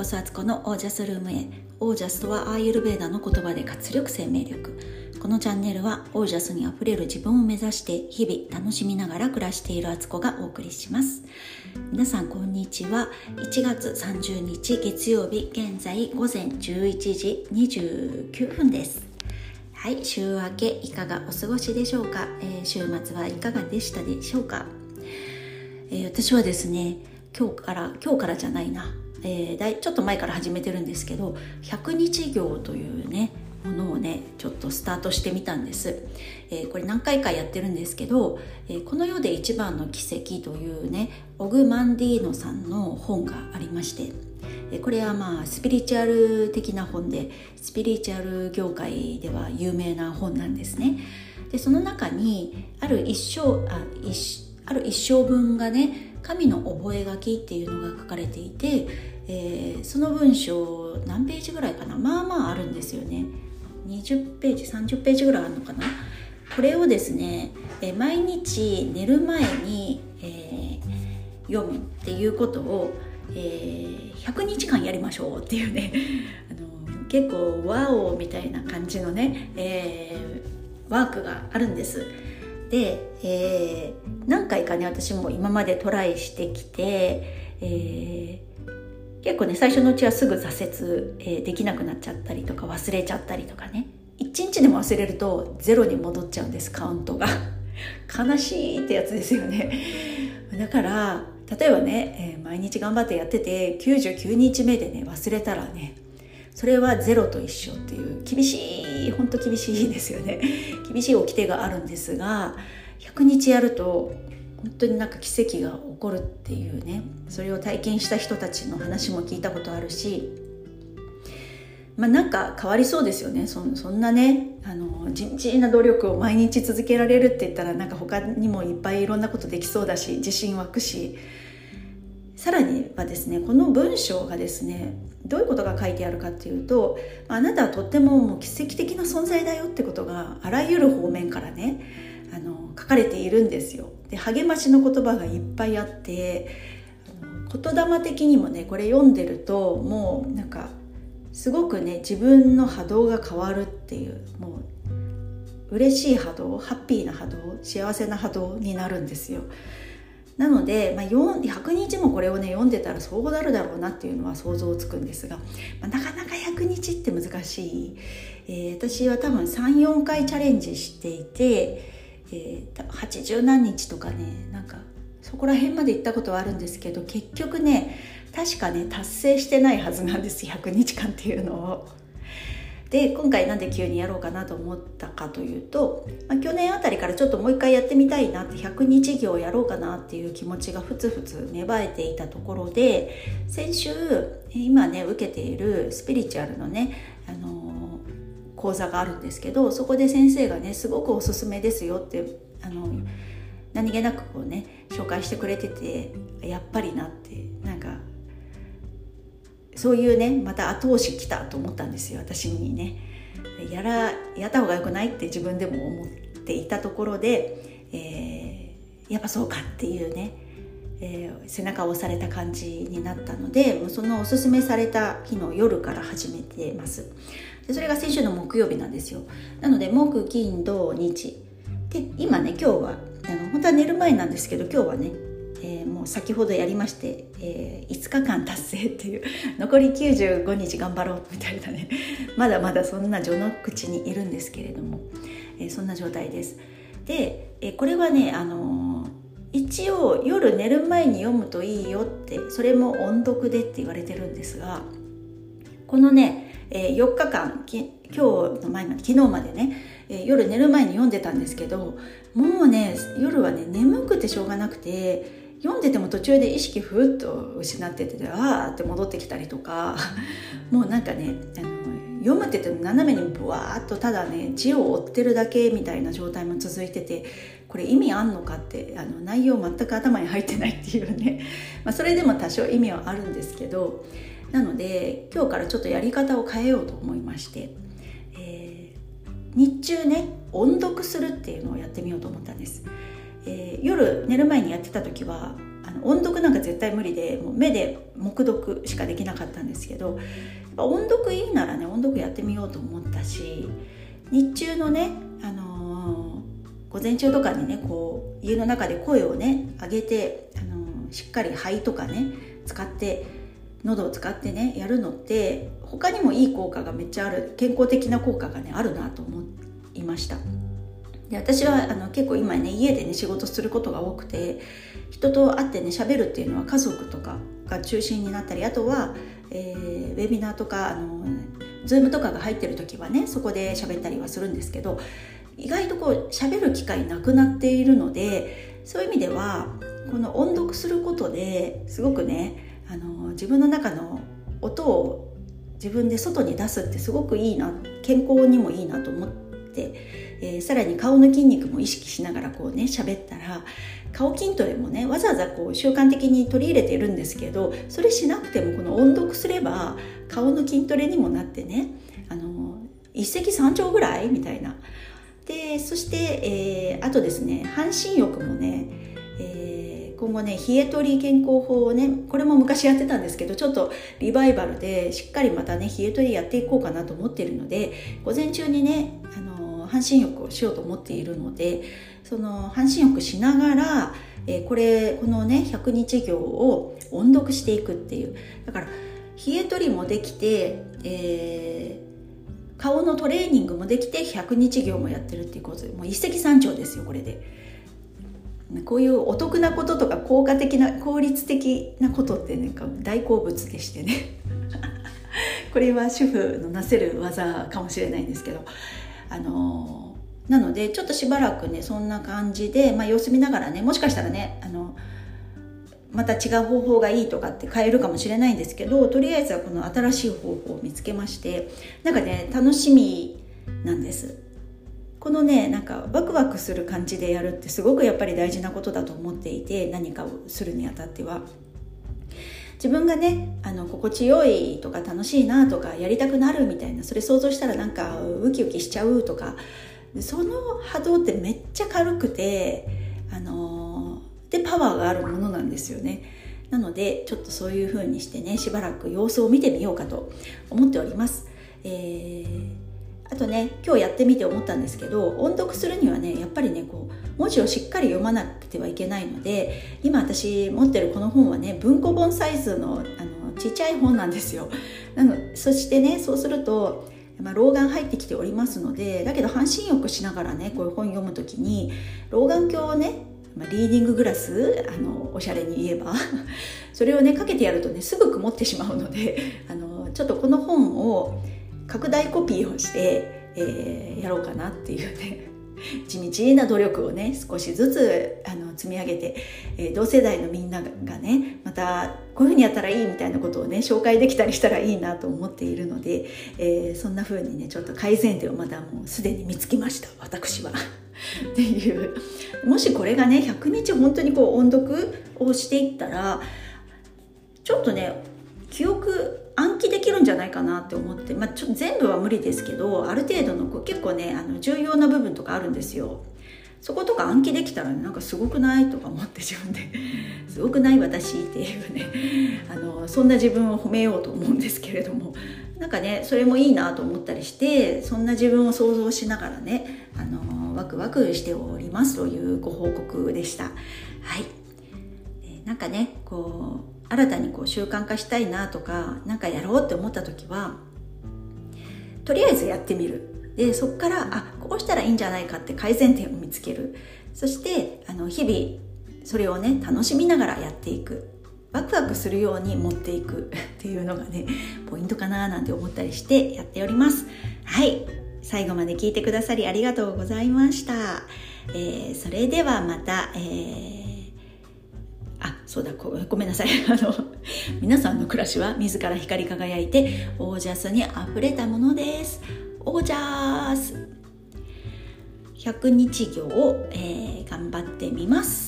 そあつこのオージャスルームへ。オージャスとはアーユルヴェーダの言葉で活力生命力。このチャンネルはオージャスにあふれる自分を目指して日々楽しみながら暮らしているあつこがお送りします。皆さんこんにちは。1月30日月曜日、現在午前11時29分です。はい、週明けいかがお過ごしでしょうか。週末はいかがでしたでしょうか。私はですね、今日からじゃないな、ちょっと前から始めてるんですけど、100日行というねものをねちょっとスタートしてみたんです。これ何回かやってるんですけど、この世で一番の奇跡というねオグマンディーノさんの本がありまして、これはスピリチュアル的な本で、スピリチュアル業界では有名な本なんですね。でその中にある一章分がね、神の覚書っていうのが書かれていて、その文章何ページぐらいかな、まああるんですよね。20ページ30ページぐらいあるのかな。これをですね、毎日寝る前に、読むっていうことを、100日間やりましょうっていうね結構ワオみたいな感じのね、ワークがあるんです。で、何回かね私も今までトライしてきて、結構ね最初のうちはすぐ挫折、できなくなっちゃったりとか忘れちゃったりとかね、1日でも忘れるとゼロに戻っちゃうんです、カウントが悲しいってやつですよね。だから例えばね、毎日頑張ってやってて99日目でね忘れたらね、それはゼロと一緒っていう本当厳しいですよね。厳しい掟があるんですが、100日やると本当になんか奇跡が起こるっていうね、それを体験した人たちの話も聞いたことあるし、なんか変わりそうですよね。そんなね地道な努力を毎日続けられるって言ったら、なんか他にもいっぱいいろんなことできそうだし、自信湧くし、さらにはですね、この文章がですねどういうことが書いてあるかっていうと、あなたはとっても奇跡的な存在だよってことがあらゆる方面からね書かれているんですよ。で励ましの言葉がいっぱいあって、言霊的にもねこれ読んでるともうなんかすごくね自分の波動が変わるっていう、もう嬉しい波動、ハッピーな波動、幸せな波動になるんですよ。なので、100日もこれをね読んでたらそうなるだろうなっていうのは想像つくんですが、なかなか100日って難しい。私は多分 3,4 回チャレンジしていて、80何日とかね、なんかそこら辺まで行ったことはあるんですけど、結局ね確かね達成してないはずなんです、100日間っていうのを。で今回なんで急にやろうかなと思ったかというと、去年あたりからちょっともう一回やってみたいなって、100日行やろうかなっていう気持ちがふつふつ芽生えていたところで、先週今ね受けているスピリチュアルのね、講座があるんですけど、そこで先生がねすごくおすすめですよって何気なくこうね紹介してくれてて、やっぱりなって、なんかそういうねまた後押し来たと思ったんですよ、私にね。やった方がよくないって自分でも思っていたところで、やっぱそうかっていうね、背中を押された感じになったので、そのおすすめされた日の夜から始めてます。でそれが先週の木曜日なんですよ。なので木金土日で、今ね今日は本当は寝る前なんですけど、今日はねもう先ほどやりまして、5日間達成っていう、残り95日頑張ろうみたいなね、まだまだそんな序の口にいるんですけれども、そんな状態です。で、これはね一応夜寝る前に読むといいよって、それも音読でって言われてるんですが、このね、4日間今日の前まで、昨日までね、夜寝る前に読んでたんですけど、もうね夜はね眠くてしょうがなくて、読んでても途中で意識ふっと失ってて、あーって戻ってきたりとかもうなんかね読むって言っても斜めにブワーっとただね字を追ってるだけみたいな状態も続いてて、これ意味あんのかって、内容全く頭に入ってないっていうねそれでも多少意味はあるんですけど、なので今日からちょっとやり方を変えようと思いまして、日中ね音読するっていうのをやってみようと思ったんです。夜寝る前にやってた時は音読なんか絶対無理で、もう目で黙読しかできなかったんですけど、やっぱ音読いいならね音読やってみようと思ったし、日中のね、午前中とかにねこう家の中で声をね上げて、しっかり肺とかね使って喉を使ってねやるのって他にもいい効果がめっちゃある、健康的な効果がねあるなと思いました。で私は結構今ね家でね仕事することが多くて、人と会ってね喋るっていうのは家族とかが中心になったり、あとは、ウェビナーとかズームとかが入ってる時はねそこで喋ったりはするんですけど、意外とこう喋る機会なくなっているので、そういう意味ではこの音読することですごくね自分の中の音を自分で外に出すってすごくいいな、健康にもいいなと思って、さらに顔の筋肉も意識しながらこうね喋ったら、顔筋トレもねわざわざこう習慣的に取り入れているんですけど、それしなくてもこの音読すれば顔の筋トレにもなってね、一石三鳥ぐらいみたいな。でそして、あとですね半身浴もね、今後ね冷え取り健康法をね、これも昔やってたんですけど、ちょっとリバイバルでしっかりまたね冷え取りやっていこうかなと思っているので、午前中にね半身浴をしようと思っているので、その半身浴しながら、このね100日行を音読していくっていう、だから冷え取りもできて、顔のトレーニングもできて100日行もやってるっていうことで、もう一石三鳥ですよこれで。こういうお得なこととか効果的な効率的なことってなんか大好物でしてねこれは主婦のなせる技かもしれないんですけど、なのでちょっとしばらくねそんな感じで、様子見ながらね、もしかしたらねまた違う方法がいいとかって変えるかもしれないんですけど、とりあえずはこの新しい方法を見つけまして、なんかね楽しみなんです。このねなんかワクワクする感じでやるってすごくやっぱり大事なことだと思っていて、何かをするにあたっては自分がね心地よいとか楽しいなとかやりたくなるみたいな、それ想像したらなんかウキウキしちゃうとか、その波動ってめっちゃ軽くてでパワーがあるものなんですよね。なのでちょっとそういう風にしてねしばらく様子を見てみようかと思っております。あとね今日やってみて思ったんですけど、音読するにはねやっぱりねこう文字をしっかり読まなくてはいけないので、今私持ってるこの本はね文庫本サイズのちっちゃい本なんですよ。そしてねそうすると老眼入ってきておりますので、だけど半身浴しながらねこういう本読むときに老眼鏡をね、リーディンググラスおしゃれに言えばそれをねかけてやるとねすぐ曇ってしまうのでちょっとこの本を拡大コピーをして、やろうかなっていうね地道な努力をね少しずつ積み上げて、同世代のみんながねまたこういう風にやったらいいみたいなことをね紹介できたりしたらいいなと思っているので、そんな風にねちょっと改善点をまだもうすでに見つけました私はっていう。もしこれがね100日本当にこう音読をしていったらちょっとね記憶暗記できるんじゃないかなって思って、ちょっと全部は無理ですけど、ある程度の結構ね重要な部分とかあるんですよ。そことか暗記できたら、ね、なんかすごくないとか思って自分ですごくない私っていうねそんな自分を褒めようと思うんですけれども、なんかねそれもいいなと思ったりして、そんな自分を想像しながらねワクワクしておりますというご報告でした。はい、なんかねこう新たにこう習慣化したいなとかなんかやろうって思った時はとりあえずやってみる。でそこからこうしたらいいんじゃないかって改善点を見つける。そして日々それをね楽しみながらやっていく、ワクワクするように持っていくっていうのがねポイントかななんて思ったりしてやっております。はい、最後まで聞いてくださりありがとうございました。それではまた、そうだ、ごめんなさい皆さんの暮らしは自ら光り輝いてオージャスにあふれたものです。オージャス100日行を、頑張ってみます。